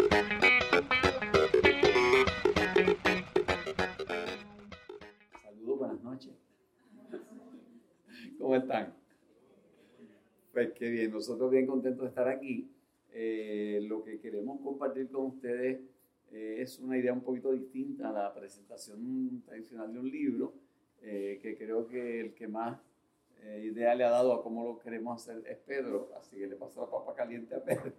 Saludos, buenas noches. ¿Cómo están? Pues qué bien, nosotros bien contentos de estar aquí. Lo que queremos compartir con ustedes es una idea un poquito distinta a la presentación tradicional de un libro, que creo que el que más idea le ha dado a cómo lo queremos hacer es Pedro, así que le paso la papa caliente a Pedro.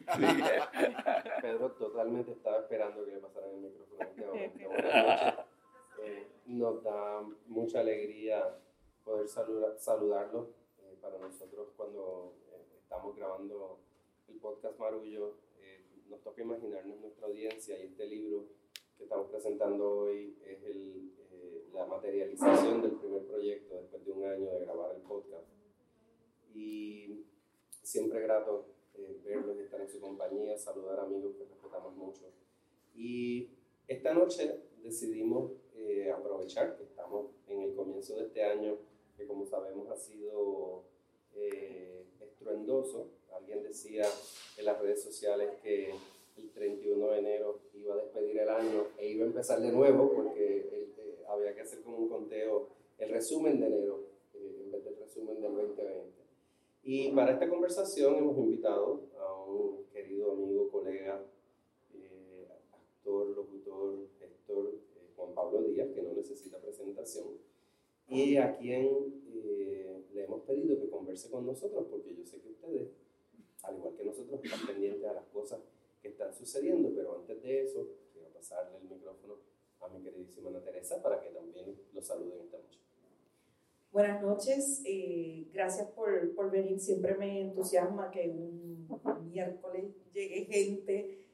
Pedro totalmente estaba esperando que le pasaran el micrófono en este momento. Buenas noches. Nos da mucha alegría poder saludarlos. Para nosotros, cuando estamos grabando el podcast Marullo, nos toca imaginarnos nuestra audiencia, y este libro que estamos presentando hoy es la materialización del primer proyecto después de un año de grabar el podcast. Y siempre grato verlos y estar en su compañía, saludar amigos que respetamos mucho. Y esta noche decidimos aprovechar que estamos en el comienzo de este año, que como sabemos ha sido estruendoso. Alguien decía en las redes sociales que el 31 de enero iba a despedir el año e iba a empezar de nuevo, porque había que hacer como un conteo, el resumen de enero en vez del resumen del 2020. Y para esta conversación hemos invitado a un querido amigo, colega, actor, locutor, gestor, Juan Pablo Díaz, que no necesita presentación, y a quien le hemos pedido que converse con nosotros, porque yo sé que ustedes, al igual que nosotros, están pendientes a las cosas que están sucediendo. Pero antes de eso, quiero pasarle el micrófono a mi queridísima Ana Teresa para que también lo saluden esta noche. Buenas noches, gracias por venir. Siempre me entusiasma que un miércoles llegue gente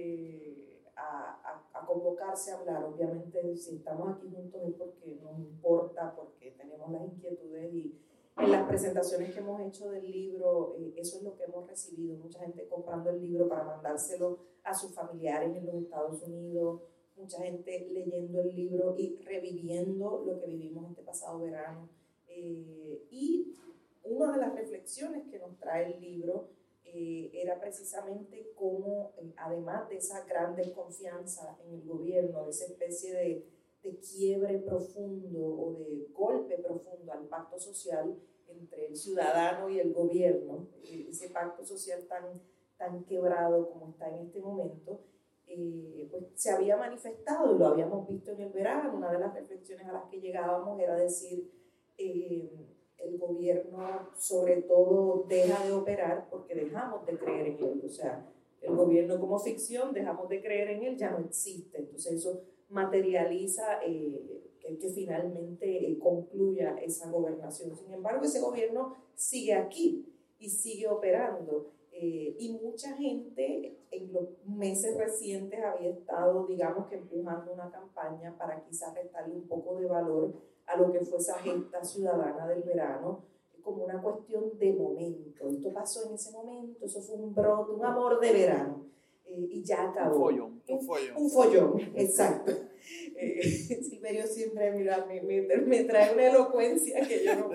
a convocarse a hablar. Obviamente, si estamos aquí juntos es porque nos importa, porque tenemos las inquietudes, y en las presentaciones que hemos hecho del libro, eso es lo que hemos recibido. Mucha gente comprando el libro para mandárselo a sus familiares en los Estados Unidos, mucha gente leyendo el libro y reviviendo lo que vivimos este pasado verano. Y una de las reflexiones que nos trae el libro era precisamente cómo, además de esa gran desconfianza en el gobierno, de esa especie de quiebre profundo o de golpe profundo al pacto social entre el ciudadano y el gobierno, ese pacto social tan quebrado como está en este momento, pues se había manifestado, y lo habíamos visto en el verano. Una de las reflexiones a las que llegábamos era decir, el gobierno sobre todo deja de operar porque dejamos de creer en él. O sea, el gobierno como ficción, dejamos de creer en él, ya no existe. Entonces eso materializa que finalmente concluya esa gobernación. Sin embargo, ese gobierno sigue aquí y sigue operando. Y mucha gente en los meses recientes había estado, digamos que empujando una campaña para quizás restarle un poco de valor a lo que fue esa gesta ciudadana del verano, como una cuestión de momento. Esto pasó en ese momento, eso fue un brote, un amor de verano, y ya acabó. Un follón, exacto. Silverio siempre, mira, me trae una elocuencia que yo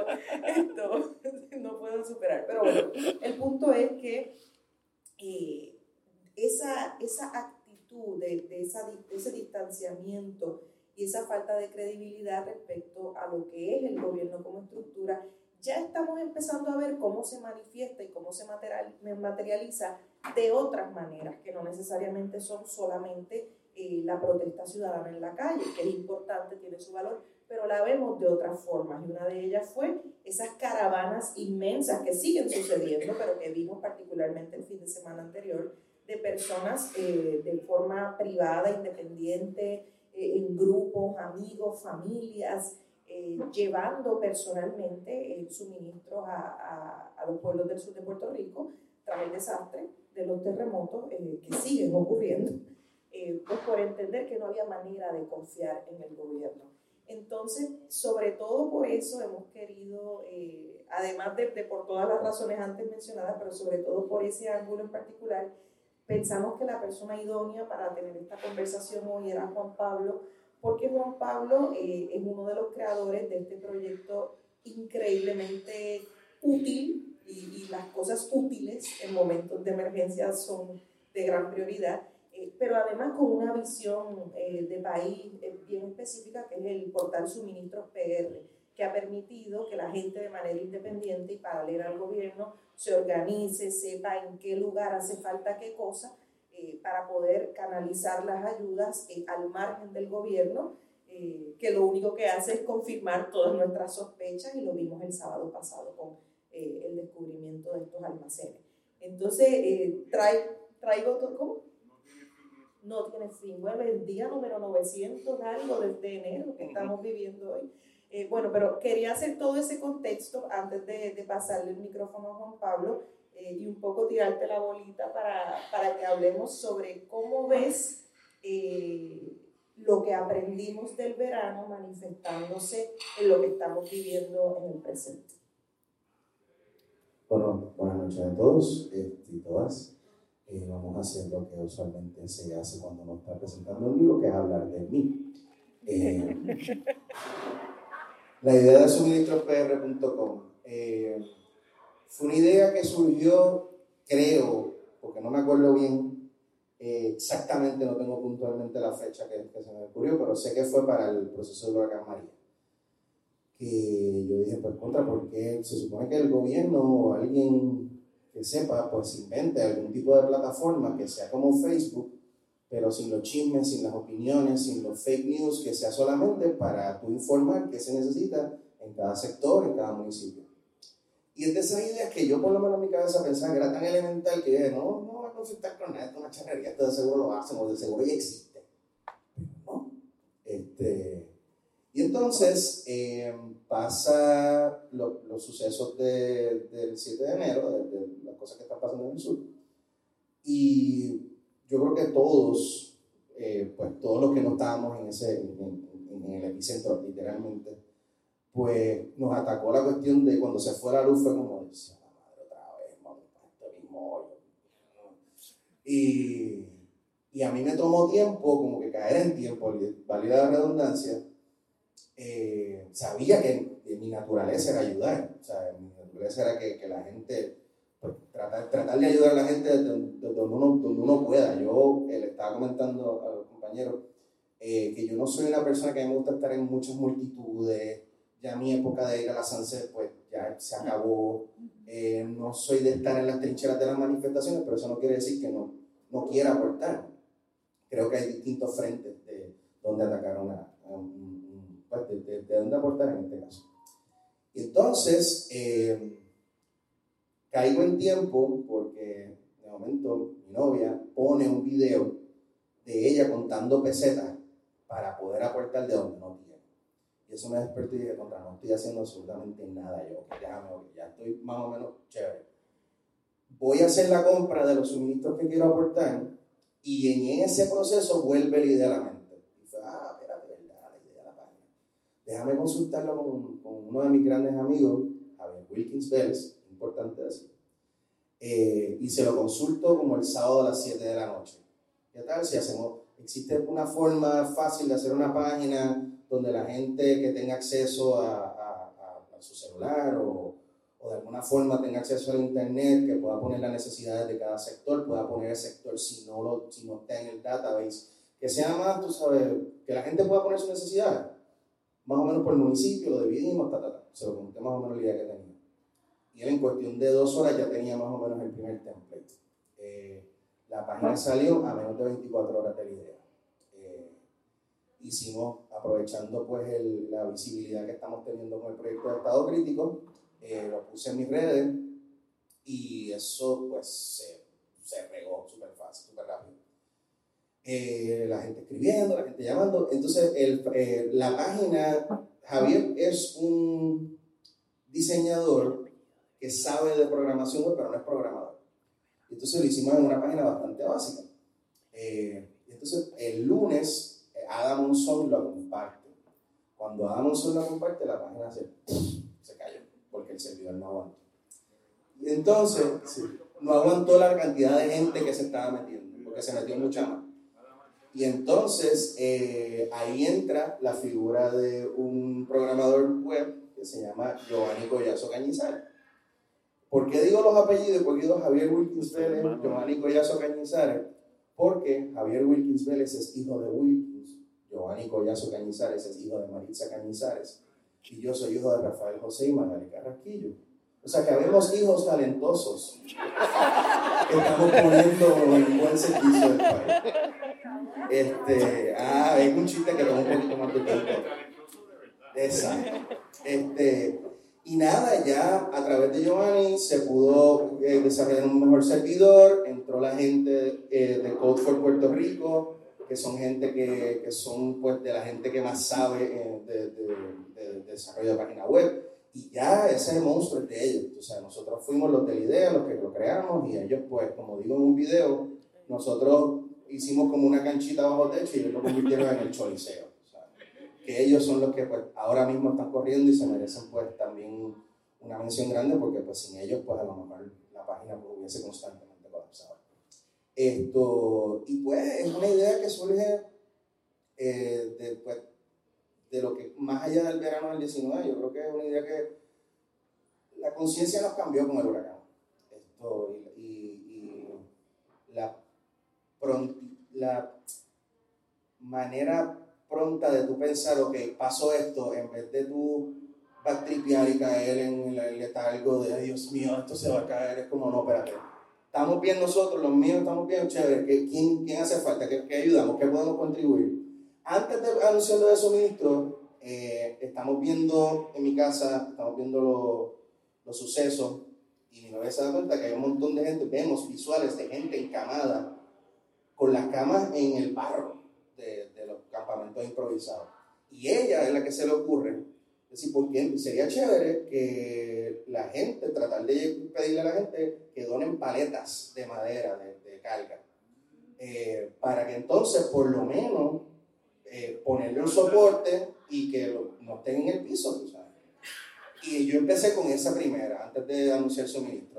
no puedo superar. Pero bueno, el punto es que esa actitud de ese distanciamiento y esa falta de credibilidad respecto a lo que es el gobierno como estructura, ya estamos empezando a ver cómo se manifiesta y cómo se materializa de otras maneras, que no necesariamente son solamente la protesta ciudadana en la calle, que es importante, tiene su valor, pero la vemos de otras formas. Y una de ellas fue esas caravanas inmensas que siguen sucediendo, pero que vimos particularmente el fin de semana anterior, de personas de forma privada, independiente, en grupos, amigos, familias, llevando personalmente suministros a los pueblos del sur de Puerto Rico tras el desastre de los terremotos que siguen ocurriendo, pues por entender que no había manera de confiar en el gobierno. Entonces, sobre todo por eso hemos querido, además de por todas las razones antes mencionadas, pero sobre todo por ese ángulo en particular, pensamos que la persona idónea para tener esta conversación hoy era Juan Pablo, porque Juan Pablo es uno de los creadores de este proyecto increíblemente útil, y las cosas útiles en momentos de emergencia son de gran prioridad, pero además con una visión de país bien específica, que es el portal Suministros PR, que ha permitido que la gente de manera independiente y paralela al gobierno se organice, sepa en qué lugar hace falta qué cosa, para poder canalizar las ayudas al margen del gobierno, que lo único que hace es confirmar todas nuestras sospechas, y lo vimos el sábado pasado con el descubrimiento de estos almacenes. Entonces, traigo todo, ¿cómo? No tiene fin. Bueno, el día número 900 algo desde enero que estamos viviendo hoy. Bueno, pero quería hacer todo ese contexto antes de pasarle el micrófono a Juan Pablo, y un poco tirarte la bolita para que hablemos sobre cómo ves lo que aprendimos del verano manifestándose en lo que estamos viviendo en el presente. Bueno, buenas noches a todos y todas. Vamos a hacer lo que usualmente se hace cuando uno está presentando un libro, que es hablar de mí. La idea de suministrospr.com fue una idea que surgió, creo, porque no me acuerdo bien, exactamente, no tengo puntualmente la fecha que se me ocurrió, pero sé que fue para el proceso del huracán María. Que yo dije, pues porque se supone que el gobierno o alguien que sepa, pues invente algún tipo de plataforma que sea como Facebook, pero sin los chismes, sin las opiniones, sin los fake news, que sea solamente para tú informar qué se necesita en cada sector, en cada municipio. Y es de esas ideas que yo por lo menos en mi cabeza pensaba que era tan elemental que dije, no va a conflictar con nada, esto es una charrería, esto de seguro lo hacemos, de seguro ya existe. ¿No? Y entonces pasa los sucesos del 7 de enero, de las cosas que están pasando en el sur. Y yo creo que todos, pues todos los que no estábamos en el epicentro, literalmente, pues nos atacó la cuestión de cuando se fue la luz, fue como, decía, la madre otra vez, este mismo hoyo. Y a mí me tomó tiempo, como que caer en tiempo, valida la redundancia. Sabía que mi naturaleza era ayudar, o sea, mi naturaleza era que la gente, pues, tratar de ayudar a la gente donde uno pueda. Yo le estaba comentando a los compañeros que yo no soy una persona que me gusta estar en muchas multitudes, ya mi época de ir a la Sunset pues ya se acabó, no soy de estar en las trincheras de las manifestaciones, pero eso no quiere decir que no quiera aportar. Creo que hay distintos frentes de donde atacar de dónde aportar en este caso. Y entonces caigo en tiempo porque de momento mi novia pone un video de ella contando pesetas para poder aportar de donde no tiene. Y eso me despertó y dije, no estoy haciendo absolutamente nada yo, ya estoy más o menos chévere. Voy a hacer la compra de los suministros que quiero aportar, y en ese proceso vuelve la idea a la mente. Y fue, espérate, ¿verdad? La idea de la página. Déjame consultarlo con uno de mis grandes amigos, Javier Wilkins Vélez, importante decir. Y se lo consulto como el sábado a las 7 de la noche. ¿Qué tal si existe una forma fácil de hacer una página donde la gente que tenga acceso a su celular o de alguna forma tenga acceso al internet, que pueda poner las necesidades de cada sector, pueda poner el sector si no está en el database, que sea más, tú sabes, que la gente pueda poner sus necesidades, más o menos por municipio, lo dividimos, se lo conté más o menos la idea que tenía. Y él en cuestión de 2 horas ya tenía más o menos el primer template. La página salió a menos de 24 horas de la idea. Hicimos, aprovechando pues la visibilidad que estamos teniendo con el proyecto de Estado Crítico, lo puse en mis redes y eso pues se regó súper fácil, súper rápido. La gente escribiendo, la gente llamando. Entonces la página, Javier es un diseñador que sabe de programación web, pero no es programador. Entonces lo hicimos en una página bastante básica. Entonces el lunes Adam Monzón lo comparte. Cuando Adam Monzón lo comparte, la página se cayó porque el servidor no aguantó. Y entonces no aguantó la cantidad de gente que se estaba metiendo, porque se metió mucha más. Y entonces ahí entra la figura de un programador web que se llama Giovanni Collazo Cañizal. ¿Por qué digo los apellidos? ¿Por qué digo Javier Wilkins Vélez, Giovanni Collazo Cañizares? Porque Javier Wilkins Vélez es hijo de Wilkins, Giovanni Collazo Cañizares es hijo de Maritza Cañizares, y yo soy hijo de Rafael José y Magali Carrasquillo. O sea que habemos hijos talentosos que estamos poniendo en buen servicio del país. Es un chiste que toma un poquito más de tiempo. Exacto. Y nada, ya a través de Giovanni se pudo desarrollar un mejor servidor, entró la gente de Code for Puerto Rico, que son gente que son pues de la gente que más sabe de desarrollo de página web, y ya ese monstruo es de ellos. O sea, nosotros fuimos los de la idea, los que lo creamos, y ellos pues, como digo en un video, nosotros hicimos como una canchita bajo techo y ellos lo convirtieron en el choliseo. O sea, que ellos son los que pues ahora mismo están corriendo y se merecen pues también una mención grande, porque pues sin ellos pues a lo mejor la página pues hubiese constantemente colapsado. Y pues es una idea que surge de lo que más allá del verano del 19, yo creo que es una idea que la conciencia nos cambió con el huracán. Y la manera pronta de tú pensar, ok, pasó esto, en vez de tú backtripear y caer en el letargo de, ay, Dios mío, esto se va a caer, es como, no, espérate. Estamos bien nosotros, los míos estamos bien, chévere, ¿quién hace falta? ¿Qué ayudamos? ¿Qué podemos contribuir? Antes de anunciarlo de suministro, estamos viendo en mi casa, estamos viendo los sucesos, y mi novia se da cuenta que hay un montón de gente, vemos visuales de gente encamada con las camas en el barro de los campamentos improvisados. Y ella es la que se le ocurre, decir, porque sería chévere que la gente, tratar de pedirle a la gente que donen paletas de madera, de carga, para que entonces por lo menos ponerle un soporte y que no estén en el piso, tú sabes. Y yo empecé con esa primera, antes de anunciar suministro.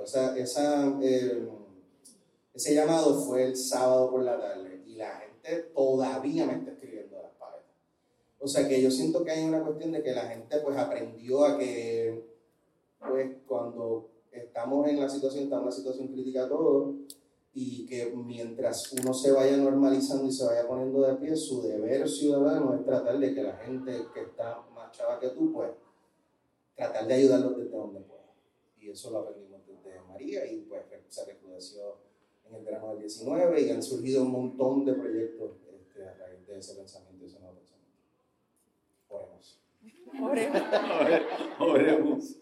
Ese llamado fue el sábado por la tarde y la gente todavía me está escribiendo las paletas. O sea que yo siento que hay una cuestión de que la gente pues aprendió a que pues cuando estamos en la situación crítica todos, y que mientras uno se vaya normalizando y se vaya poniendo de pie, su deber ciudadano es tratar de que la gente que está más chava que tú, pues, tratar de ayudarlos desde donde pueda. Y eso lo aprendimos desde María, y pues se recrudeció en el verano del 19, y han surgido un montón de proyectos a raíz de ese pensamiento y ese nuevo pensamiento. Oremos.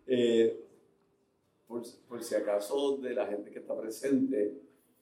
Por si acaso de la gente que está presente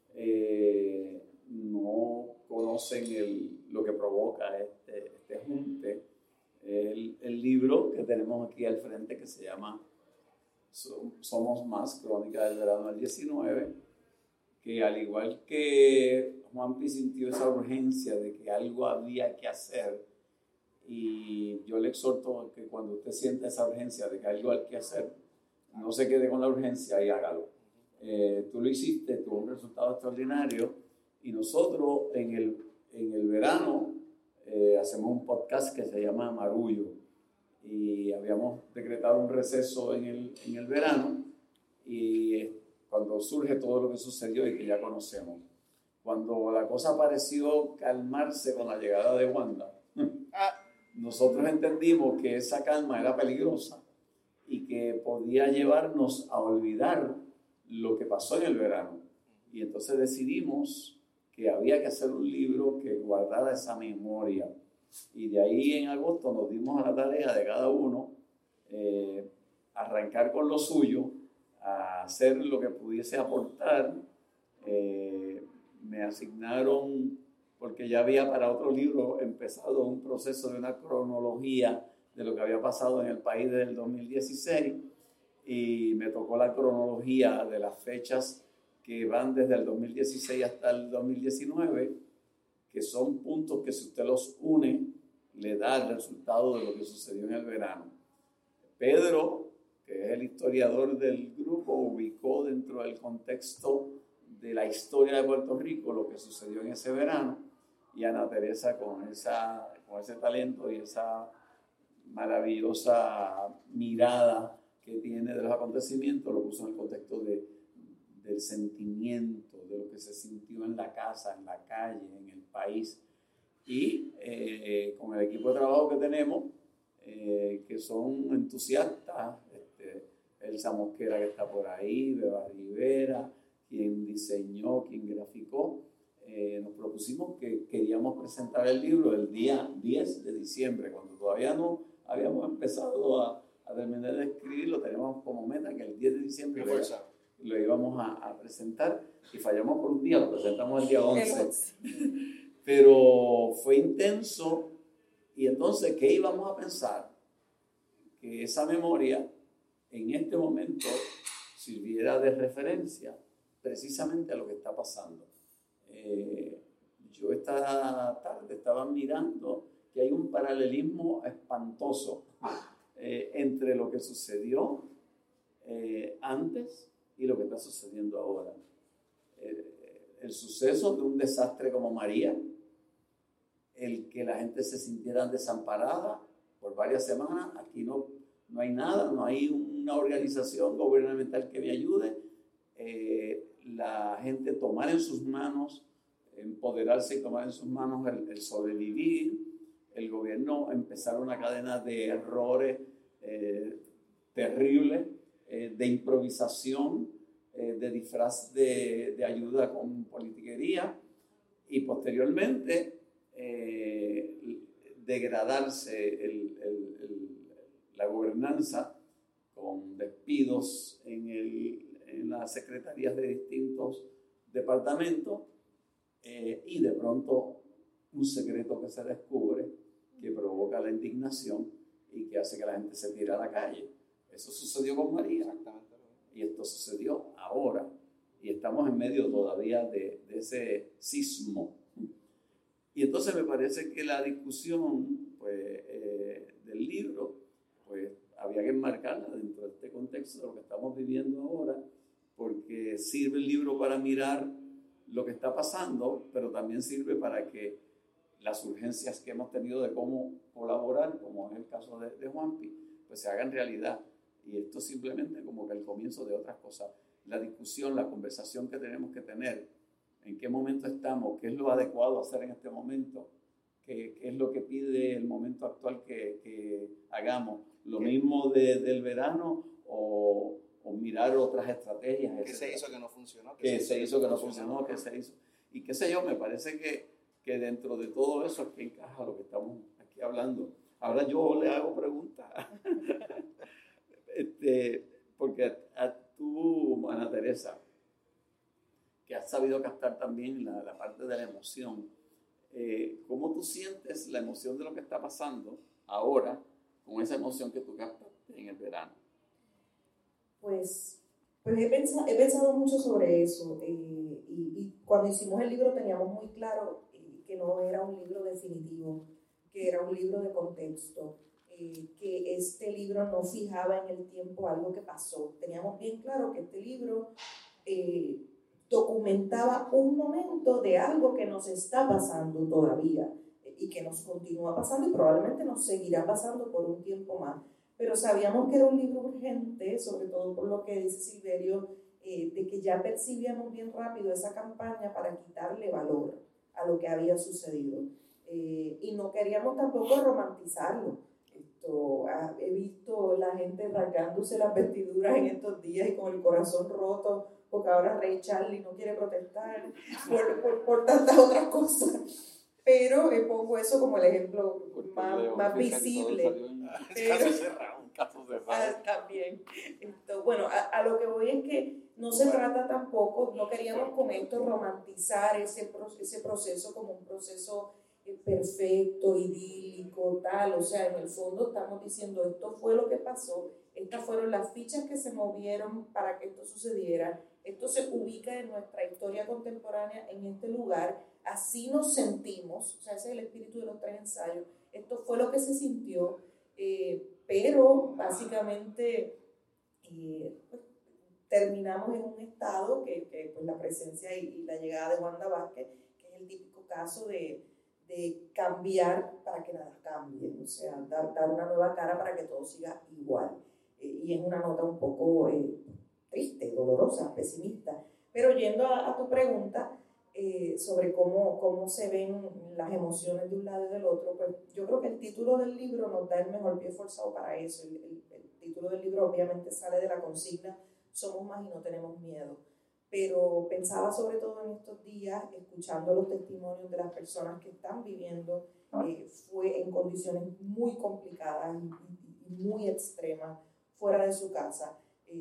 no conocen lo que provoca este junte, el libro que tenemos aquí al frente, que se llama Somos Más, Crónica del Verano del 19, que al igual que Juanpi sintió esa urgencia de que algo había que hacer, y yo le exhorto que cuando usted sienta esa urgencia de que algo hay que hacer, no se quede con la urgencia y hágalo. Tú lo hiciste, tuvo un resultado extraordinario, y nosotros en el verano hacemos un podcast que se llama Marullo, y habíamos decretado un receso en el verano, y cuando surge todo lo que sucedió y que ya conocemos, cuando la cosa pareció calmarse con la llegada de Wanda, nosotros entendimos que esa calma era peligrosa y que podía llevarnos a olvidar lo que pasó en el verano. Y entonces decidimos que había que hacer un libro que guardara esa memoria. Y de ahí en agosto nos dimos a la tarea de cada uno arrancar con lo suyo, a hacer lo que pudiese aportar. Me asignaron, porque ya había para otro libro empezado un proceso de una cronología de lo que había pasado en el país desde el 2016, y me tocó la cronología de las fechas que van desde el 2016 hasta el 2019, que son puntos que si usted los une, le da el resultado de lo que sucedió en el verano. Pedro, que es el historiador del grupo, ubicó dentro del contexto de la historia de Puerto Rico lo que sucedió en ese verano, y Ana Teresa con ese talento y esa maravillosa mirada que tiene de los acontecimientos, lo puso en el contexto del sentimiento, de lo que se sintió en la casa, en la calle, en el país. Y con el equipo de trabajo que tenemos, que son entusiastas, Elsa Mosquera, que está por ahí, Beba Rivera, quien diseñó, quien graficó, nos propusimos que queríamos presentar el libro el día 10 de diciembre, cuando todavía no habíamos empezado a terminar de escribirlo. Teníamos como meta que el 10 de diciembre lo íbamos a presentar, y fallamos por un día, lo presentamos el día 11. Pero fue intenso, y entonces, ¿qué íbamos a pensar? Que esa memoria en este momento sirviera de referencia precisamente a lo que está pasando. Yo esta tarde estaba mirando que hay un paralelismo espantoso entre lo que sucedió antes y lo que está sucediendo ahora. El suceso de un desastre como María, el que la gente se sintiera desamparada por varias semanas. Aquí no hay nada, no hay una organización gubernamental que me ayude. La gente tomar en sus manos, empoderarse y tomar en sus manos el sobrevivir. El gobierno empezar una cadena de errores terribles, de improvisación, de disfraz de ayuda con politiquería, y posteriormente degradarse la gobernanza con despidos en las secretarías de distintos departamentos, y de pronto un secreto que se descubre que provoca la indignación y que hace que la gente se tire a la calle. Eso sucedió con María. Exactamente. Y esto sucedió ahora. Y estamos en medio todavía de ese sismo. Y entonces me parece que la discusión del libro, pues había que enmarcarla dentro de este contexto de lo que estamos viviendo ahora, porque sirve el libro para mirar lo que está pasando, pero también sirve para que las urgencias que hemos tenido de cómo colaborar, como es el caso de Juanpi, pues se hagan realidad. Y esto es simplemente como que el comienzo de otras cosas. La discusión, la conversación que tenemos que tener, en qué momento estamos, qué es lo adecuado hacer en este momento, qué es lo que pide el momento actual que hagamos. Lo mismo del verano o mirar otras estrategias. ¿Qué se hizo que no funcionó? ¿Qué se hizo que no funcionó? ¿Qué se hizo? Y qué sé yo, me parece que dentro de todo eso es que encaja lo que estamos aquí hablando. Ahora yo le hago preguntas. Porque tú, Ana Teresa, que has sabido captar también la parte de la emoción, ¿cómo tú sientes la emoción de lo que está pasando ahora con esa emoción que tú captaste en el verano? Pues he pensado mucho sobre eso, y cuando hicimos el libro teníamos muy claro que no era un libro definitivo, que era un libro de contexto, que este libro no fijaba en el tiempo algo que pasó. Teníamos bien claro que este libro documentaba un momento de algo que nos está pasando todavía y que nos continúa pasando y probablemente nos seguirá pasando por un tiempo más. Pero sabíamos que era un libro urgente, sobre todo por lo que dice Silverio, de que ya percibíamos bien rápido esa campaña para quitarle valor a lo que había sucedido. Y no queríamos tampoco romantizarlo. He visto la gente rasgándose las vestiduras en estos días y con el corazón roto, porque ahora Ray Charlie no quiere protestar por tantas otras cosas. Pero pongo eso como el ejemplo más visible. Caso cerrado. También. Bueno, a lo que voy es que no se trata tampoco, no queríamos con esto romantizar ese proceso como un proceso perfecto, idílico, tal. O sea, en el fondo estamos diciendo, esto fue lo que pasó, estas fueron las fichas que se movieron para que esto sucediera, esto se ubica en nuestra historia contemporánea en este lugar, así nos sentimos, o sea, ese es el espíritu de los 3 ensayos, esto fue lo que se sintió, pero básicamente pues, terminamos en un estado que pues, la presencia y la llegada de Wanda Vázquez, que es el típico caso de cambiar para que nada cambie, o sea, dar una nueva cara para que todo siga igual. y es una nota un poco triste, dolorosa, pesimista. Pero yendo a tu pregunta sobre cómo se ven las emociones de un lado y del otro, pues yo creo que el título del libro nos da el mejor pie forzado para eso. El título del libro obviamente sale de la consigna Somos más y no tenemos miedo. Pero pensaba sobre todo en estos días, escuchando los testimonios de las personas que están viviendo, fue en condiciones muy complicadas y muy extremas, fuera de su casa,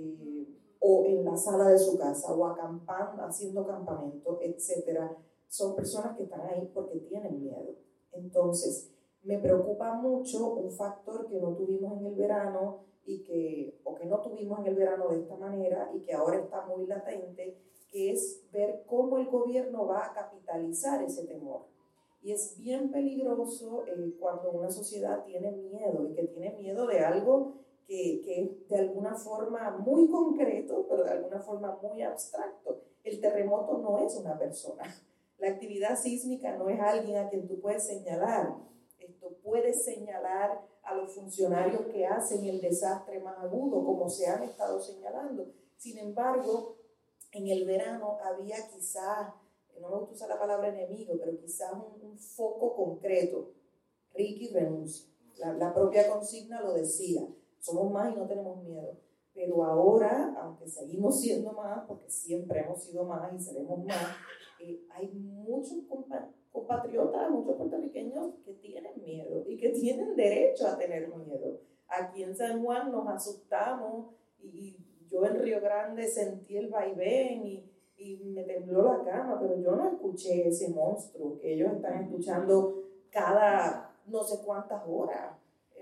o en la sala de su casa, o acampando, haciendo campamento, etc. Son personas que están ahí porque tienen miedo. Entonces, me preocupa mucho un factor que no tuvimos en el verano, o que no tuvimos en el verano de esta manera y que ahora está muy latente, que es ver cómo el gobierno va a capitalizar ese temor. Y es bien peligroso cuando una sociedad tiene miedo, y que tiene miedo de algo que es de alguna forma muy concreto, pero de alguna forma muy abstracto. El terremoto no es una persona. La actividad sísmica no es alguien a quien tú puedes señalar. Puedes señalar a los funcionarios que hacen el desastre más agudo, como se han estado señalando. Sin embargo, en el verano había quizás, no me gusta usar la palabra enemigo, pero quizás un foco concreto. Ricky renuncia. La propia consigna lo decía. Somos más y no tenemos miedo. Pero ahora, aunque seguimos siendo más, porque siempre hemos sido más y seremos más, hay muchos compatriotas, muchos puertorriqueños que tienen miedo y que tienen derecho a tener miedo. Aquí en San Juan nos asustamos y yo en Río Grande sentí el vaivén y me tembló la cama, pero yo no escuché ese monstruo que ellos están escuchando cada no sé cuántas horas.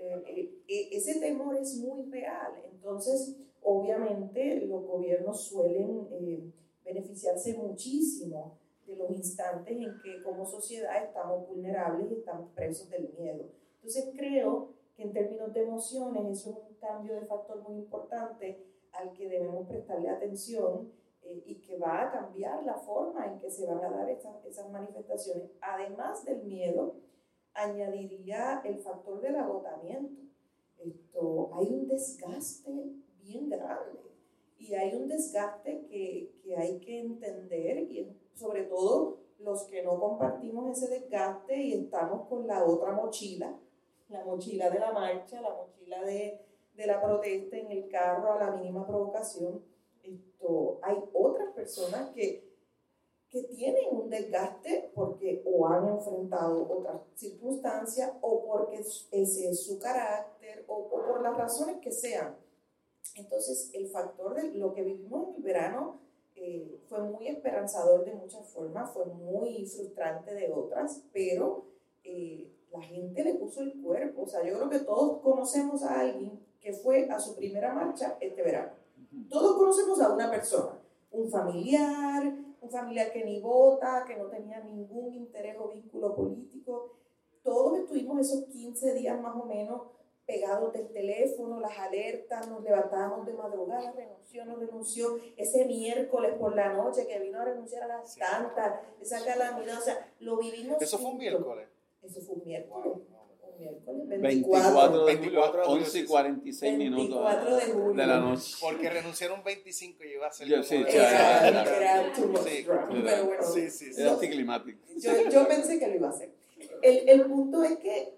Ese temor es muy real. Entonces, obviamente, los gobiernos suelen beneficiarse muchísimo de los instantes en que como sociedad estamos vulnerables y estamos presos del miedo. Entonces, creo que en términos de emociones eso es un cambio de factor muy importante al que debemos prestarle atención y que va a cambiar la forma en que se van a dar esas manifestaciones. Además del miedo, añadiría el factor del agotamiento. Hay un desgaste bien grande y hay un desgaste que hay que entender, y sobre todo los que no compartimos ese desgaste y estamos con la otra mochila, la mochila de la marcha, la mochila de la protesta en el carro a la mínima provocación. Hay otras personas que tienen un desgaste porque o han enfrentado otras circunstancias o porque ese es su carácter o por las razones que sean. Entonces, el factor de lo que vivimos en el verano fue muy esperanzador de muchas formas, fue muy frustrante de otras, pero la gente le puso el cuerpo. O sea, yo creo que todos conocemos a alguien que fue a su primera marcha este verano. Todos conocemos a una persona, un familiar que ni vota, que no tenía ningún interés o vínculo político. Todos estuvimos esos 15 días más o menos pegados del teléfono, las alertas, nos levantábamos de madrugada, renunció, no renunció, ese miércoles por la noche que vino a renunciar a las tantas, esa calamidad, o sea, lo vivimos. ¿Eso fue un miércoles? Eso fue un miércoles. Wow. Un miércoles, 24 de julio, 24 de julio, 11:46 minutos 24 de julio. de la noche. Porque renunciaron 25 y iba a ser Yo, como sí, de- Era too much Sí, drama, pero bueno. sí. Era anticlimático. Yo pensé que lo iba a hacer. El punto es que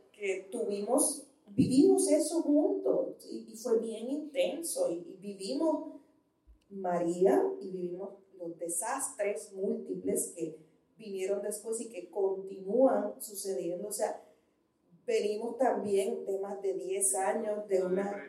vivimos eso juntos y fue bien intenso y vivimos María y vivimos los desastres múltiples que vinieron después y que continúan sucediendo. O sea, venimos también de más de 10 años de una...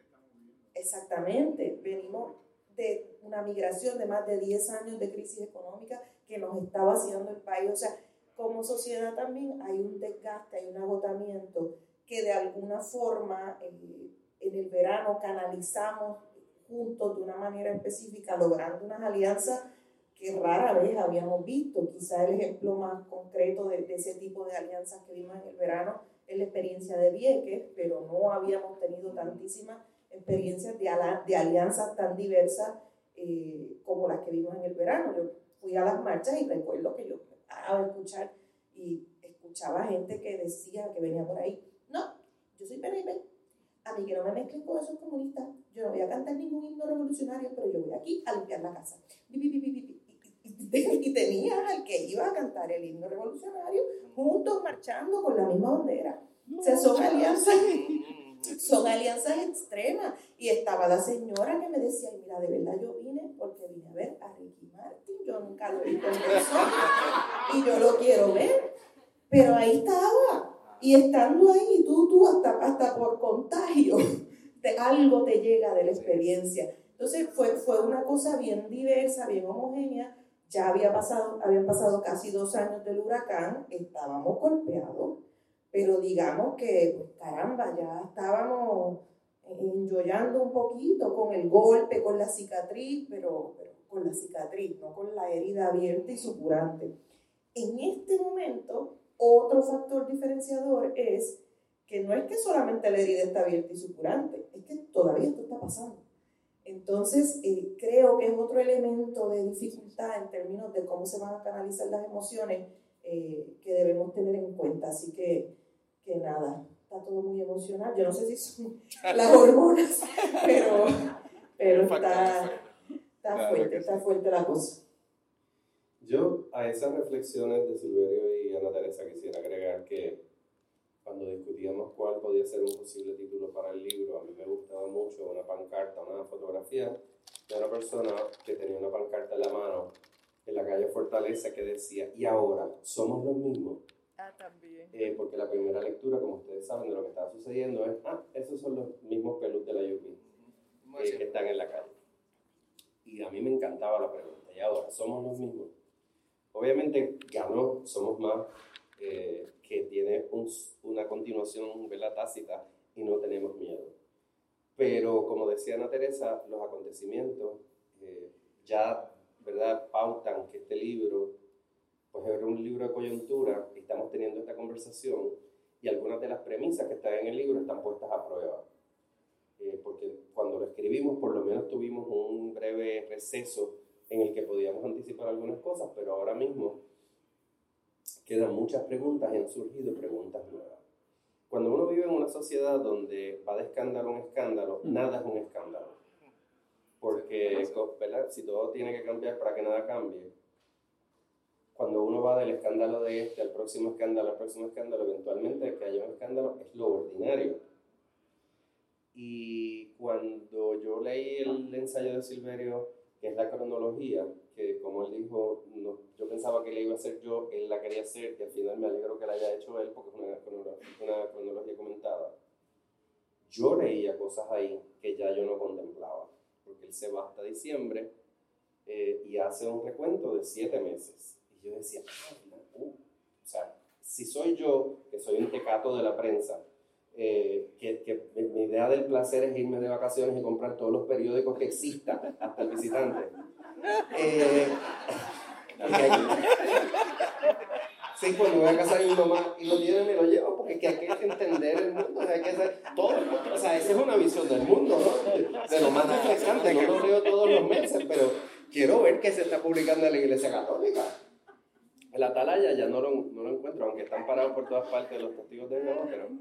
Exactamente, venimos de una migración de más de 10 años de crisis económica que nos está vaciando el país. O sea, como sociedad también hay un desgaste, hay un agotamiento que de alguna forma en el verano canalizamos juntos de una manera específica, logrando unas alianzas que rara vez habíamos visto. Quizá el ejemplo más concreto de ese tipo de alianzas que vimos en el verano es la experiencia de Vieques, pero no habíamos tenido tantísimas experiencias de alianzas tan diversas como las que vimos en el verano. Yo fui a las marchas y recuerdo que yo paraba a escuchar y escuchaba gente que decía, que venía por ahí, no, yo soy PNP, a mí que no me mezclen con esos comunistas, yo no voy a cantar ningún himno revolucionario, pero yo voy aquí a limpiar la casa. Y tenía al que iba a cantar el himno revolucionario juntos marchando con la misma bandera. O sea, son alianzas extremas. Y estaba la señora que me decía, mira, de verdad yo vine porque vine a ver a Ricky Martin, yo nunca lo he visto en persona y yo lo quiero ver. Pero ahí estaba. Y estando ahí, tú hasta por contagio, algo te llega de la experiencia. Entonces fue una cosa bien diversa, bien homogénea. Ya habían pasado casi 2 años del huracán, estábamos golpeados, pero digamos que, pues, caramba, ya estábamos enjoyando un poquito con el golpe, con la cicatriz, pero con la cicatriz, no con la herida abierta y supurante. En este momento, otro factor diferenciador es que no es que solamente la herida está abierta y supurante, es que todavía esto está pasando. Entonces, creo que es otro elemento de dificultad en términos de cómo se van a canalizar las emociones que debemos tener en cuenta. Así que nada, está todo muy emocional. Yo no sé si son las hormonas, pero está fuerte la cosa. Yo a esas reflexiones de Silverio y Ana Teresa quisiera agregar que cuando discutíamos cuál podía ser un posible título para el libro, a mí me gustaba mucho una pancarta, una fotografía de una persona que tenía una pancarta en la mano en la calle Fortaleza que decía, ¿y ahora somos los mismos? También. Porque la primera lectura, como ustedes saben, de lo que estaba sucediendo es, esos son los mismos pelus de la Yupi que están en la calle. Y a mí me encantaba la pregunta, ¿y ahora somos los mismos? Obviamente ganó Somos Más, que tiene una continuación, ¿verdad?, tácita, y no tenemos miedo. Pero como decía Ana Teresa, los acontecimientos ya, ¿verdad?, pautan que este libro pues es un libro de coyuntura, y estamos teniendo esta conversación, y algunas de las premisas que están en el libro están puestas a prueba. Porque cuando lo escribimos, por lo menos tuvimos un breve receso en el que podíamos anticipar algunas cosas, pero ahora mismo quedan muchas preguntas y han surgido preguntas nuevas. Cuando uno vive en una sociedad donde va de escándalo en escándalo, nada es un escándalo. Porque, ¿verdad?, si todo tiene que cambiar para que nada cambie, cuando uno va del escándalo de este al próximo escándalo, eventualmente que haya un escándalo es lo ordinario. Y cuando yo leí el ensayo de Silverio, que es la cronología, que como él dijo, yo pensaba que la iba a hacer yo, él la quería hacer, y al final me alegro que la haya hecho él, porque es una cronología comentada. Yo leía cosas ahí que ya yo no contemplaba, porque él se va hasta diciembre y hace un recuento de 7 meses. Y yo decía, o sea, si soy yo, que soy un tecato de la prensa, que mi idea del placer es irme de vacaciones y comprar todos los periódicos que existan, hasta el visitante. Sí, cuando voy a casa de mi mamá y lo tiene, me lo llevo, porque es que hay que entender el mundo, hay que hacer todo el mundo. O sea, esa es una visión del mundo, ¿no? De lo más refrescante, no lo leo todos los meses, pero quiero ver qué se está publicando en la Iglesia Católica. El Atalaya ya no lo encuentro, aunque están parados por todas partes los testigos de Jehová, pero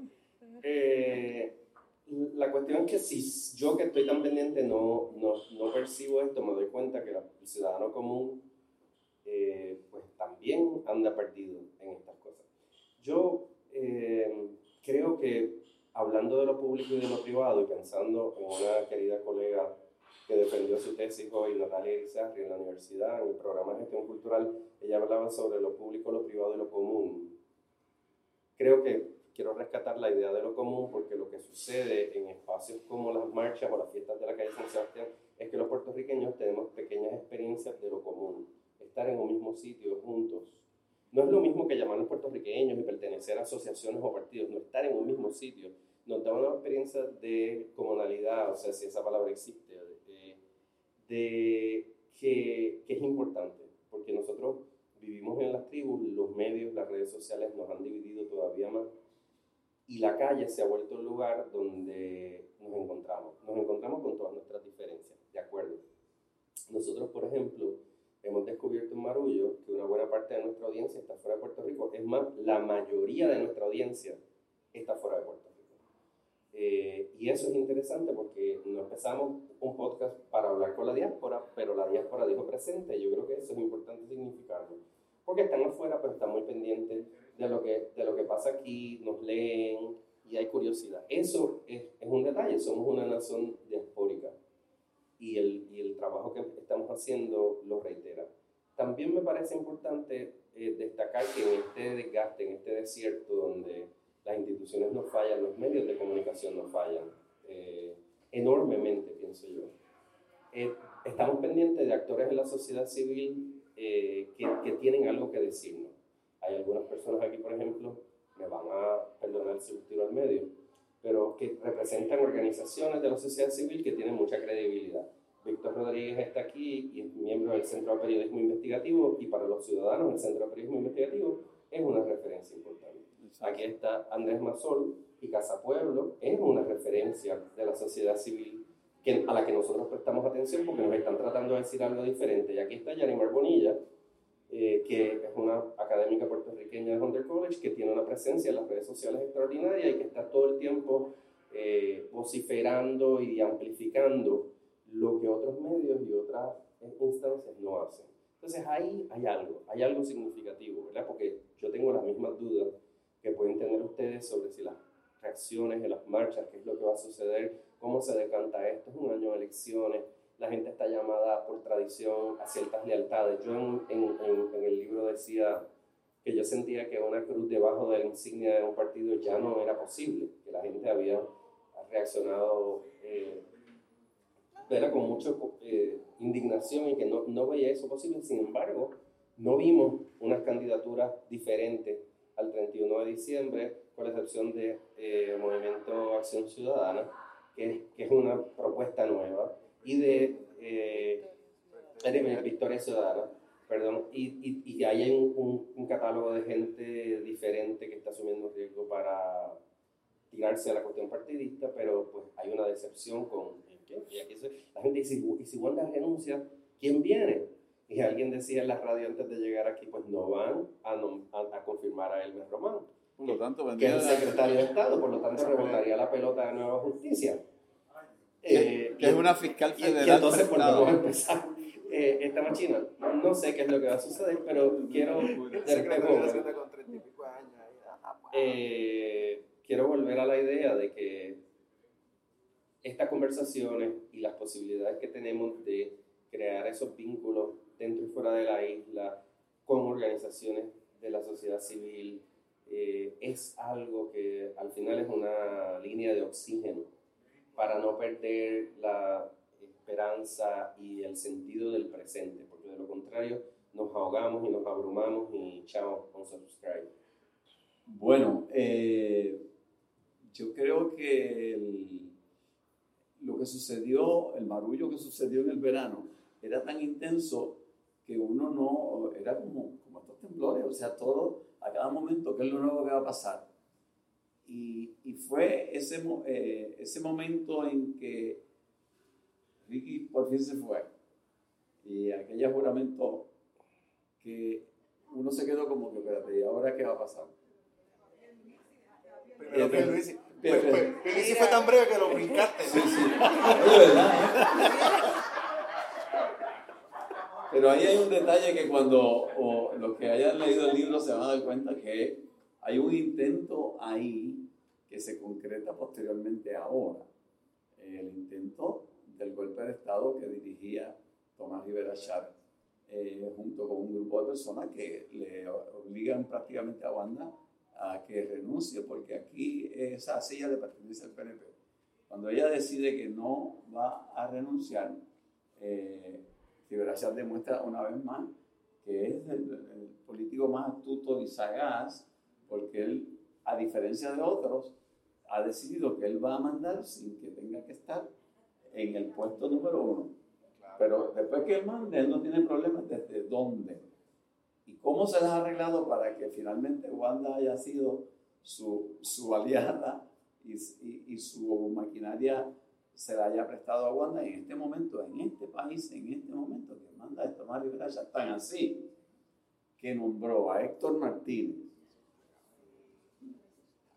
la cuestión es que si yo, que estoy tan pendiente, no percibo esto, me doy cuenta que el ciudadano común pues también anda perdido en estas cosas. Yo creo que, hablando de lo público y de lo privado, y pensando en una querida colega que defendió su tesis hoy, Natalia Irizarry, en la universidad, en el programa de gestión cultural, ella hablaba sobre lo público, lo privado y lo común. Creo que quiero rescatar la idea de lo común, porque lo que sucede en espacios como las marchas o las fiestas de la calle San Sebastián es que los puertorriqueños tenemos pequeñas experiencias de lo común, estar en un mismo sitio juntos. No es lo mismo que llamarnos puertorriqueños y pertenecer a asociaciones o partidos, no, estar en un mismo sitio nos da una experiencia de comunalidad, o sea, si esa palabra existe, que es importante, porque nosotros vivimos en las tribus, los medios, las redes sociales nos han dividido todavía más, y la calle se ha vuelto un lugar donde nos encontramos con todas nuestras diferencias, ¿de acuerdo? Nosotros, por ejemplo, hemos descubierto en Marullo que una buena parte de nuestra audiencia está fuera de Puerto Rico. Es más, la mayoría de nuestra audiencia está fuera de Puerto Rico. Y eso es interesante porque no empezamos un podcast para hablar con la diáspora, pero la diáspora dijo presente. Yo creo que eso es importante significarlo. Porque están afuera, pero están muy pendientes de lo que pasa aquí, nos leen y hay curiosidad. Eso es un detalle, somos una nación diaspórica y el trabajo que estamos haciendo lo reitera. También me parece importante destacar que en este desgaste, en este desierto donde las instituciones nos fallan, los medios de comunicación nos fallan, enormemente, pienso yo. Estamos pendientes de actores en la sociedad civil que tienen algo que decirnos. Hay algunas personas aquí, por ejemplo, me van a perdonar si los tiro al medio, pero que representan organizaciones de la sociedad civil que tienen mucha credibilidad. Víctor Rodríguez está aquí y es miembro del Centro de Periodismo Investigativo, y para los ciudadanos el Centro de Periodismo Investigativo es una referencia importante. Aquí está Andrés Massol, y Casa Pueblo es una referencia de la sociedad civil a la que nosotros prestamos atención porque nos están tratando de decir algo diferente. Y aquí está Yanimar Bonilla, que es una académica puertorriqueña de Hunter College, que tiene una presencia en las redes sociales extraordinaria y que está todo el tiempo vociferando y amplificando lo que otros medios y otras instancias no hacen. Entonces ahí hay algo significativo, ¿verdad? Porque yo tengo las mismas dudas que pueden tener ustedes sobre si las reacciones en las marchas, qué es lo que va a suceder, cómo se decanta esto. Es un año de elecciones, la gente está llamada por tradición a ciertas lealtades. Yo en el libro decía que yo sentía que una cruz debajo de la insignia de un partido ya no era posible, que la gente había reaccionado con mucha indignación y que no veía eso posible. Sin embargo, no vimos unas candidaturas diferentes al 31 de diciembre, con la excepción de Movimiento Acción Ciudadana, que es una propuesta nueva, y de Victoria Ciudadana, perdón, y hay un catálogo de gente diferente que está asumiendo riesgo para tirarse a la cuestión partidista, pero pues hay una decepción con y aquí la gente dice, y si Wanda renuncia, ¿quién viene? Y alguien decía en la radio antes de llegar aquí, pues no van a confirmar a Elmer Román, por lo tanto, que es el secretario de Estado, por lo tanto rebotaría la pelota de Nueva Justicia. Que es una fiscal federal. Y entonces volvemos a empezar esta machina. No sé qué es lo que va a suceder, pero quiero quiero volver a la idea de que estas conversaciones y las posibilidades que tenemos de crear esos vínculos dentro y fuera de la isla con organizaciones de la sociedad civil es algo que al final es una línea de oxígeno para no perder la esperanza y el sentido del presente, porque de lo contrario nos ahogamos y nos abrumamos y chao, unsubscribe. Bueno, yo creo que lo que sucedió, el marullo que sucedió en el verano, era tan intenso que uno no, era como estos temblores, o sea, todo, a cada momento, ¿qué es lo nuevo que va a pasar? Y fue ese momento en que Ricky por fin se fue, y aquel juramento que uno se quedó como que, espérate, ¿y ahora qué va a pasar? Pero Luis fue tan breve que lo brincaste. Sí. Es verdad. Pero ahí hay un detalle que cuando los que hayan leído el libro se van a dar cuenta que hay un intento ahí que se concreta posteriormente ahora. El intento del golpe de Estado que dirigía Tomás Rivera Schatz junto con un grupo de personas que le obligan prácticamente a Wanda a que renuncie, porque aquí esa silla le pertenece al PNP. Cuando ella decide que no va a renunciar, Rivera Schatz demuestra una vez más que es el político más astuto y sagaz, porque él, a diferencia de otros, ha decidido que él va a mandar sin que tenga que estar en el puesto número 1. Claro. Pero después que él mande, él no tiene problemas desde dónde. ¿Y cómo se les ha arreglado para que finalmente Wanda haya sido su aliada y su maquinaria se la haya prestado a Wanda en este momento, en este país, en este momento que manda a Tomás Rivera Schatz, tan así que nombró a Héctor Martínez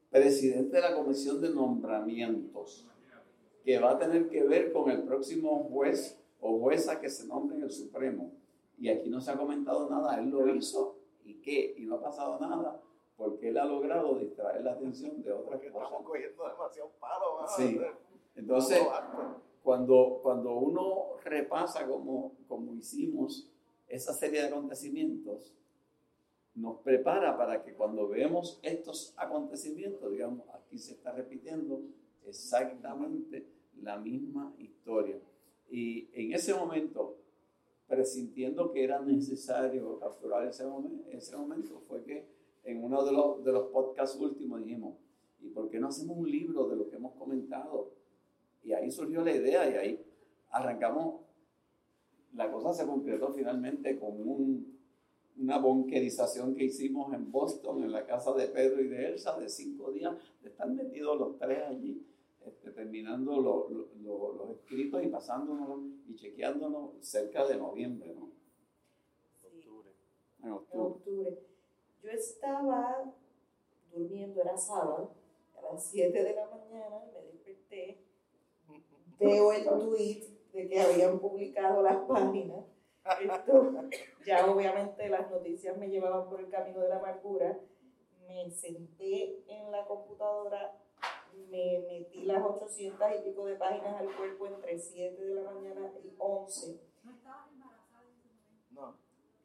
presidente de la Comisión de Nombramientos, que va a tener que ver con el próximo juez o jueza que se nombre en el Supremo. Y aquí no se ha comentado nada, él lo hizo y qué, y no ha pasado nada, porque él ha logrado distraer la atención de otras cosas. Estamos cogiendo demasiado palo, ¿no? Sí. Entonces, cuando uno repasa como hicimos esa serie de acontecimientos, nos prepara para que cuando vemos estos acontecimientos, digamos, aquí se está repitiendo exactamente la misma historia. Y en ese momento, presintiendo que era necesario capturar ese momento, fue que en uno de los podcasts últimos dijimos, ¿y por qué no hacemos un libro de lo que hemos comentado? Y ahí surgió la idea y ahí arrancamos. La cosa se concretó finalmente con una bunquerización que hicimos en Boston, en la casa de Pedro y de Elsa, de 5 días, de estar metidos los tres allí, terminando los escritos y pasándonos y chequeándonos cerca de noviembre, ¿no? Sí. En En octubre. octubre. Yo estaba durmiendo, era sábado, a las 7 de la mañana, me desperté, veo el tweet de que habían publicado las páginas. Esto, ya obviamente las noticias me llevaban por el camino de la amargura. Me senté en la computadora, me metí las 800 y pico de páginas al cuerpo entre 7 de la mañana y 11. ¿No estabas embarazada en ese momento?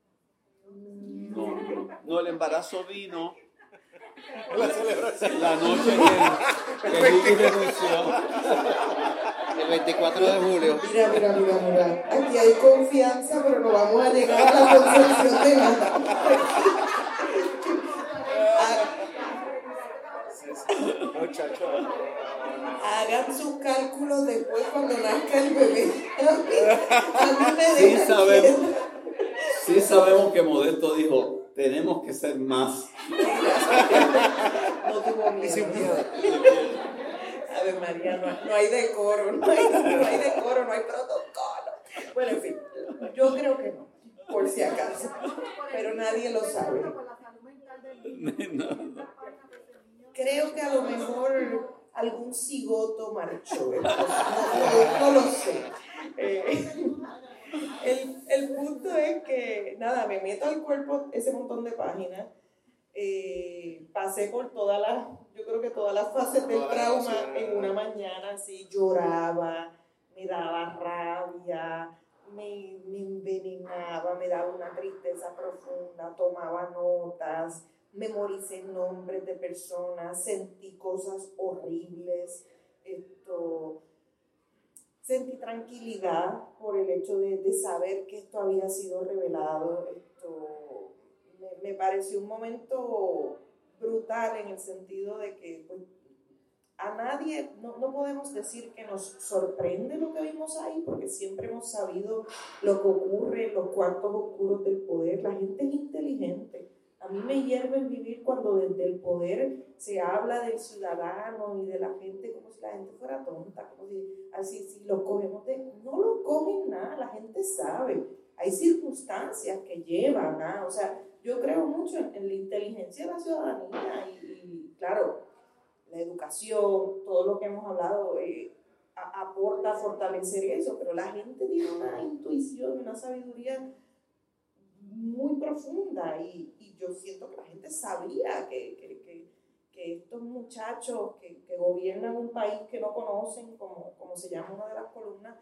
No, el embarazo vino La celebración. la noche que Vicky renunció. El 24 de julio. Mira. Aquí hay confianza, pero no vamos a llegar a la concepción de nada. Muchacho. Hagan sus cálculos después cuando nazca el bebé. A mí me Sí dejan sabemos, quieta. sí sabemos que Modesto dijo, tenemos que ser más. No tuvo Y sin miedo. miedo. A ver, María, no hay decoro, no hay decoro, no hay protocolo. Bueno, en fin, yo creo que no, por si acaso, pero nadie lo sabe. Creo que a lo mejor algún cigoto marchó, no lo sé. El punto es que, nada, me meto al cuerpo ese montón de páginas. Pasé por yo creo que todas las fases del trauma en una mañana, así lloraba, me daba rabia, me envenenaba, me daba una tristeza profunda, tomaba notas, memoricé nombres de personas, sentí cosas horribles, sentí tranquilidad por el hecho de saber que esto había sido revelado. Me pareció un momento brutal en el sentido de que pues, a nadie, no podemos decir que nos sorprende lo que vimos ahí, porque siempre hemos sabido lo que ocurre en los cuartos oscuros del poder. La gente es inteligente. A mí me hierve el vivir cuando desde el poder se habla del ciudadano y de la gente como si la gente fuera tonta, como si lo cogemos no lo cogen nada, la gente sabe. Hay circunstancias que llevan o sea, yo creo mucho en la inteligencia de la ciudadanía y claro, la educación, todo lo que hemos hablado aporta a fortalecer eso, pero la gente tiene una intuición, una sabiduría muy profunda y yo siento que la gente sabía que estos muchachos que gobiernan un país que no conocen, como se llama una de las columnas,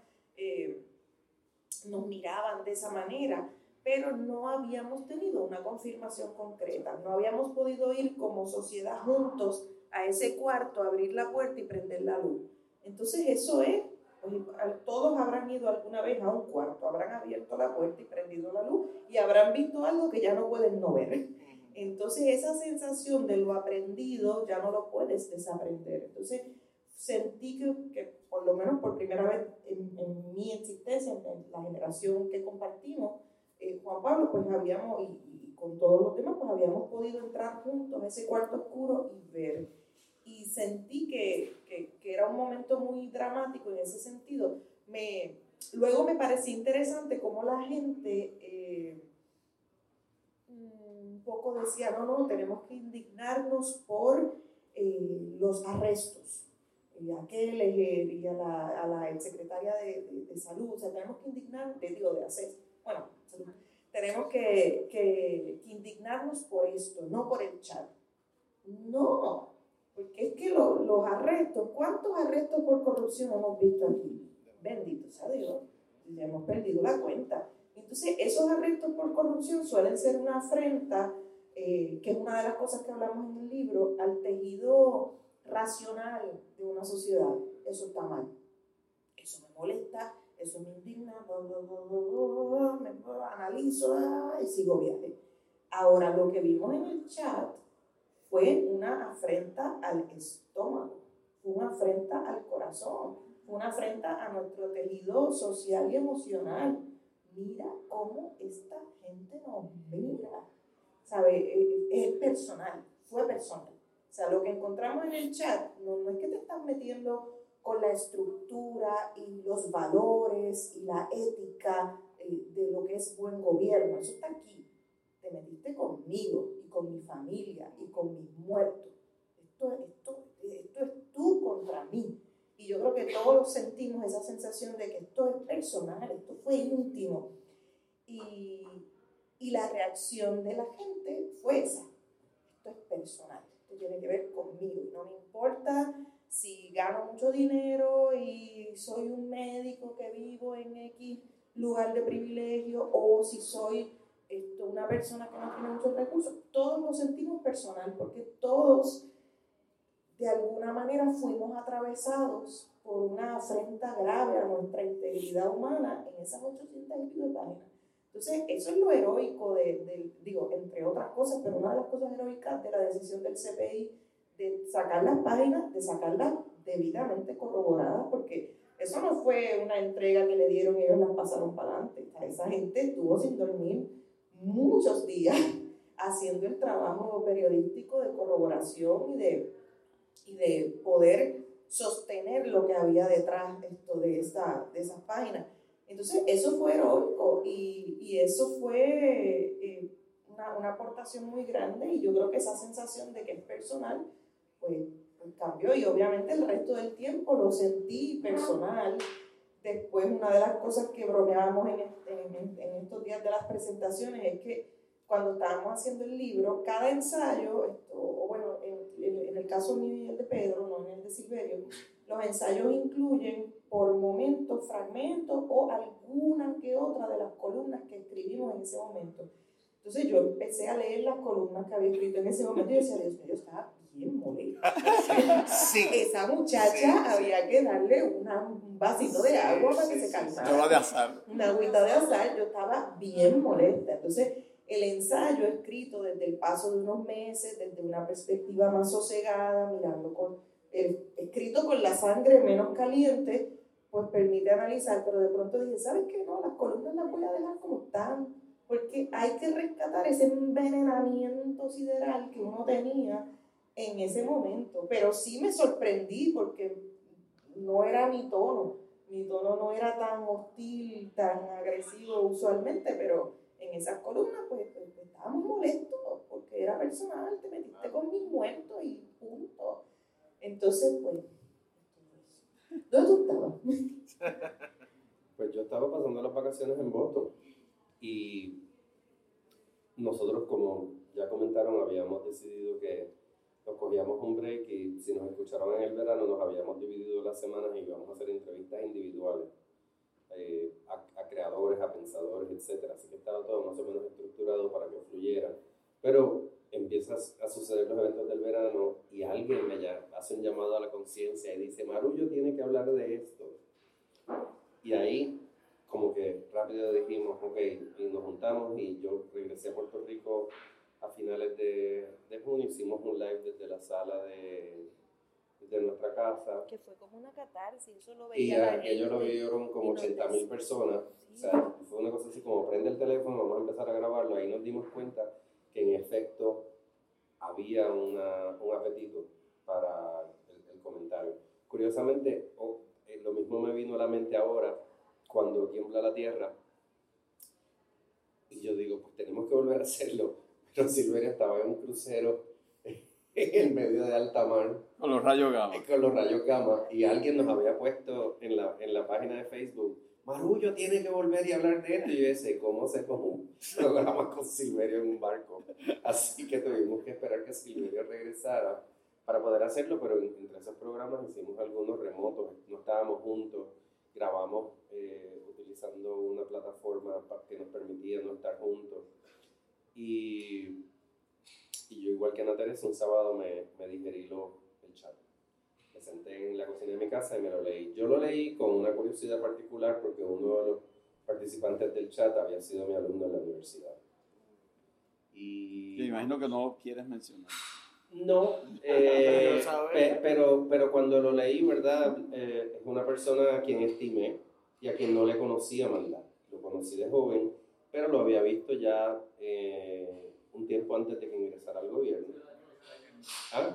nos miraban de esa manera, pero no habíamos tenido una confirmación concreta, no habíamos podido ir como sociedad juntos a ese cuarto, abrir la puerta y prender la luz. Entonces eso es, pues, todos habrán ido alguna vez a un cuarto, habrán abierto la puerta y prendido la luz y habrán visto algo que ya no pueden no ver. Entonces esa sensación de lo aprendido ya no lo puedes desaprender. Entonces sentí que por lo menos por primera vez en mi existencia, en la generación que compartimos, Juan Pablo, pues habíamos, y con todos los demás, pues habíamos podido entrar juntos a ese cuarto oscuro y ver. Y sentí que era un momento muy dramático en ese sentido. Luego me pareció interesante cómo la gente un poco decía, no, tenemos que indignarnos por los arrestos. Y a Keller y a la exsecretaria de Salud, o sea, tenemos que indignarnos, de ACES, bueno, salud. Tenemos que indignarnos por esto, no por el chat. No, porque es que los arrestos, ¿cuántos arrestos por corrupción hemos visto aquí? Bendito sea Dios, ya hemos perdido la cuenta. Entonces, esos arrestos por corrupción suelen ser una afrenta, que es una de las cosas que hablamos en el libro, al tejido racional de una sociedad. Eso está mal. Eso me molesta, eso me indigna, me analizo y sigo viaje. Ahora, lo que vimos en el chat fue una afrenta al estómago, fue una afrenta al corazón, fue una afrenta a nuestro tejido social y emocional. Mira cómo esta gente nos mira. ¿Sabe? Es personal, fue personal. O sea, lo que encontramos en el chat no es que te estás metiendo con la estructura y los valores y la ética de lo que es buen gobierno. Eso está aquí. Te metiste conmigo y con mi familia y con mis muertos. Esto es tú contra mí. Y yo creo que todos sentimos esa sensación de que esto es personal, esto fue íntimo. Y la reacción de la gente fue esa. Esto es personal, esto tiene que ver conmigo. No me importa si gano mucho dinero y soy un médico que vivo en X lugar de privilegio, o si soy una persona que no tiene muchos recursos. Todos lo sentimos personal, porque todos de alguna manera fuimos atravesados por una afrenta grave a nuestra integridad humana en esas 800 y pico de páginas. Entonces, eso es lo heroico entre otras cosas, pero una de las cosas heroicas de la decisión del CPI de sacar las páginas, de sacarlas debidamente corroboradas, porque eso no fue una entrega que le dieron y ellos las pasaron para adelante. Esa gente estuvo sin dormir muchos días haciendo el trabajo periodístico de corroboración y de poder sostener lo que había detrás de esas páginas. Entonces, eso fue heroico y eso fue una aportación muy grande, y yo creo que esa sensación de que es personal, pues cambió, y obviamente el resto del tiempo lo sentí personal. Después, una de las cosas que bromeábamos en estos días de las presentaciones es que cuando estábamos haciendo el libro, cada ensayo, en el caso mío y el de Pedro, no en el de Silverio, los ensayos incluyen por momentos fragmentos o alguna que otra de las columnas que escribimos en ese momento. Entonces yo empecé a leer las columnas que había escrito en ese momento y decía, Dios mío, yo estaba bien molesta. Sí. Esa muchacha había que darle un vasito de agua para que se calmara. Agua de azar. Una agüita de azar, yo estaba bien molesta. Entonces, el ensayo escrito desde el paso de unos meses, desde una perspectiva más sosegada, escrito con la sangre menos caliente, pues permite analizar, pero de pronto dije, ¿sabes qué? No, las columnas las voy a dejar como están, porque hay que rescatar ese envenenamiento sideral que uno tenía en ese momento. Pero sí me sorprendí porque no era mi tono no era tan hostil, tan agresivo usualmente, pero en esas columnas pues estábamos molestos porque era personal, te metiste con mis muertos y punto. Entonces, pues, ¿dónde tú estabas? Pues yo estaba pasando las vacaciones en Boston y nosotros, como ya comentaron, habíamos decidido que nos cogíamos un break, y si nos escucharon en el verano nos habíamos dividido las semanas y íbamos a hacer entrevistas individuales a creadores, a pensadores, etc. Así que estaba todo más o menos estructurado para que fluyera. Pero empiezan a suceder los eventos del verano y alguien me hace un llamado a la conciencia y dice, Marullo tiene que hablar de esto. Y ahí como que rápido dijimos, ok, y nos juntamos, y yo regresé a Puerto Rico a finales de junio. Hicimos un live desde la sala de nuestra casa. Que fue como una catarsis, eso lo veía. Y aquello lo gente, vieron como 80,000 personas. Sí. O sea, fue una cosa así como prende el teléfono, vamos a empezar a grabarlo. Ahí nos dimos cuenta que en efecto había un apetito para el comentario. Curiosamente, lo mismo me vino a la mente ahora cuando tiembla la tierra. Y yo digo, pues tenemos que volver a hacerlo. Pero Silveria estaba en un crucero en el medio de alta mar. Con los rayos gamma. Con los rayos gamma. Y alguien nos había puesto en la página de Facebook, Marullo tiene que volver y hablar de esto. Y yo decía, ¿cómo se come un programa con Silverio en un barco? Así que tuvimos que esperar que Silverio regresara para poder hacerlo, pero entre esos programas hicimos algunos remotos, no estábamos juntos, grabamos utilizando una plataforma que nos permitía no estar juntos. Y yo, igual que Ana Teresa, un sábado me digerí el chat. Me senté en la cocina de mi casa y me lo leí. Yo lo leí con una curiosidad particular porque uno de los participantes del chat había sido mi alumno en la universidad. Y me imagino que no quieres mencionar. No, pero cuando lo leí, ¿verdad? Es una persona a quien estimé y a quien no le conocía maldad. Lo conocí de joven, pero lo había visto ya un tiempo antes de que ingresara al gobierno. ¿Ah?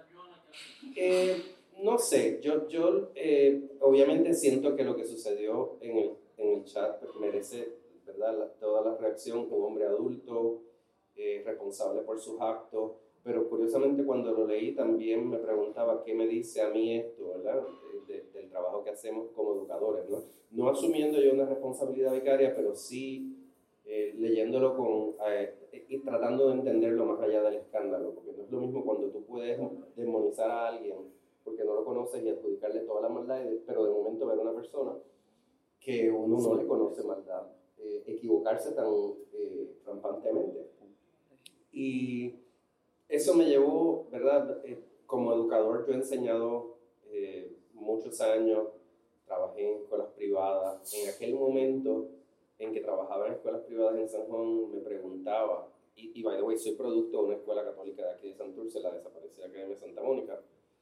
No sé, yo obviamente siento que lo que sucedió en el chat merece, ¿verdad? Toda la reacción. Un hombre adulto, responsable por sus actos, pero curiosamente cuando lo leí también me preguntaba qué me dice a mí esto, ¿verdad? Del trabajo que hacemos como educadores, ¿no? No asumiendo yo una responsabilidad vicaria, pero sí leyéndolo y tratando de entenderlo más allá del escándalo, porque no es lo mismo cuando tú puedes demonizar a alguien porque no lo conoces y adjudicarle toda la maldad, pero de momento ver a una persona que uno no le conoce maldad, equivocarse tan rampantemente. Y eso me llevó, ¿verdad? Como educador yo he enseñado muchos años, trabajé en escuelas privadas. En aquel momento en que trabajaba en escuelas privadas en San Juan, me preguntaba, y by the way, soy producto de una escuela católica de aquí de Santurce, la desaparecida Academia Santa Mónica,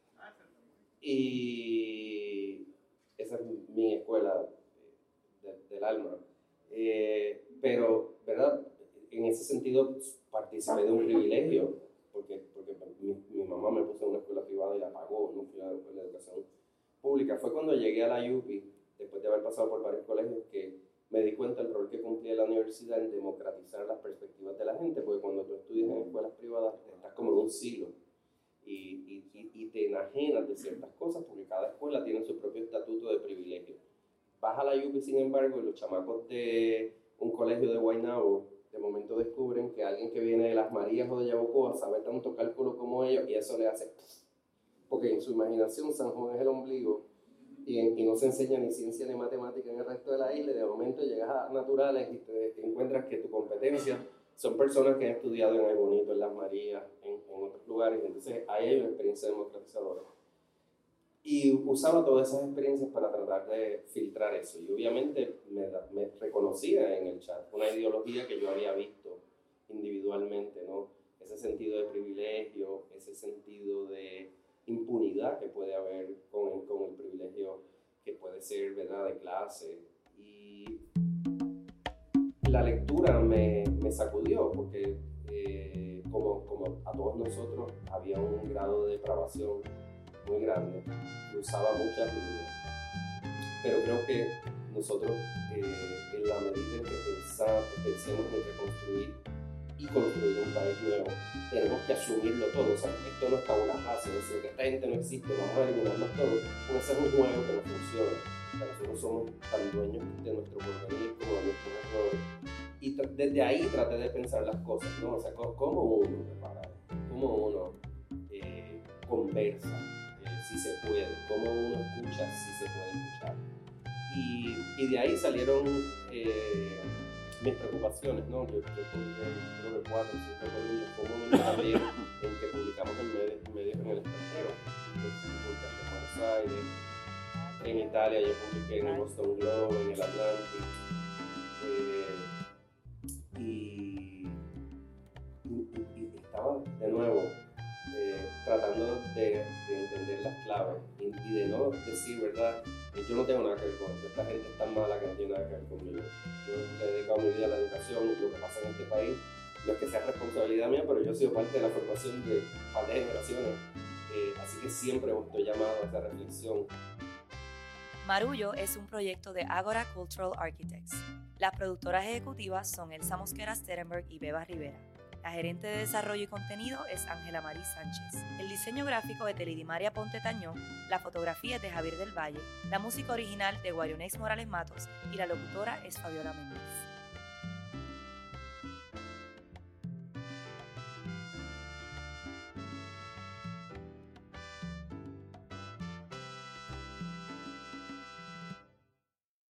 y esa es mi escuela del alma. Pero, ¿verdad? En ese sentido participé de un privilegio, porque mi mamá me puso en una escuela privada y la pagó, no fui a la escuela de educación pública. Fue cuando llegué a la UPI, después de haber pasado por varios colegios, que me di cuenta del rol que cumplía la universidad en democratizar las perspectivas de la gente, porque cuando tú estudias en escuelas privadas estás como en un silo y te enajenas de ciertas cosas, porque cada escuela tiene su propio estatuto de privilegio. Vas a la UPI, sin embargo, y los chamacos de un colegio de Guaynabo de momento descubren que alguien que viene de Las Marías o de Yabucoa sabe tanto cálculo como ellos, y eso le hace, porque en su imaginación San Juan es el ombligo, y no se enseña ni ciencia ni matemática en el resto de la isla, y de momento llegas a naturales y te encuentras que tu competencia son personas que han estudiado en Ay Bonito, en Las Marías, en otros lugares. Entonces ahí hay una experiencia democratizadora. Y usaba todas esas experiencias para tratar de filtrar eso. Y obviamente me reconocía en el chat una ideología que yo había visto individualmente, ¿no? Ese sentido de privilegio, ese sentido de impunidad que puede haber con el privilegio que puede ser, ¿verdad?, de clase. Y la lectura me sacudió porque como a todos nosotros había un grado de depravación muy grande, que usaba muchas líneas. Pero creo que nosotros, en la medida en que pensemos en reconstruir y construir un país nuevo, tenemos que asumirlo todo. O sea, esto no está una frase, es decir, que esta gente no existe, vamos a eliminarlos todos, porque ese es un juego que no funciona. O sea, nosotros somos tan dueños de nuestro porvenir como de nuestros errores. Y desde ahí traté de pensar las cosas, ¿no? O sea, cómo uno repara, cómo uno conversa, si se puede, cómo uno escucha, si se puede escuchar. Y de ahí salieron mis preocupaciones, ¿no? Yo publiqué, creo que 4 o 5 columnas. Fue un momento también en que publicamos en medios en el extranjero. Yo publiqué en Buenos Aires, en Italia yo publiqué en el Boston Globe, en el Atlantic. Y estaba de nuevo tratando de entender las claves y de no decir, ¿verdad? Yo no tengo nada que ver con esto, esta gente es tan mala que no tiene nada que ver conmigo. Yo le he dedicado mi vida a la educación, lo que pasa en este país no es que sea responsabilidad mía, pero yo he sido parte de la formación de varias generaciones, así que siempre estoy llamado a esa reflexión. Marullo es un proyecto de Ágora Cultural Architects. Las productoras ejecutivas son Elsa Mosquera Sterenberg y Beba Rivera. La gerente de desarrollo y contenido es Ángela Marí Sánchez. El diseño gráfico es de Lidimaria Ponte Tañón, la fotografía es de Javier del Valle, la música original de Guarionex Morales Matos y la locutora es Fabiola Méndez.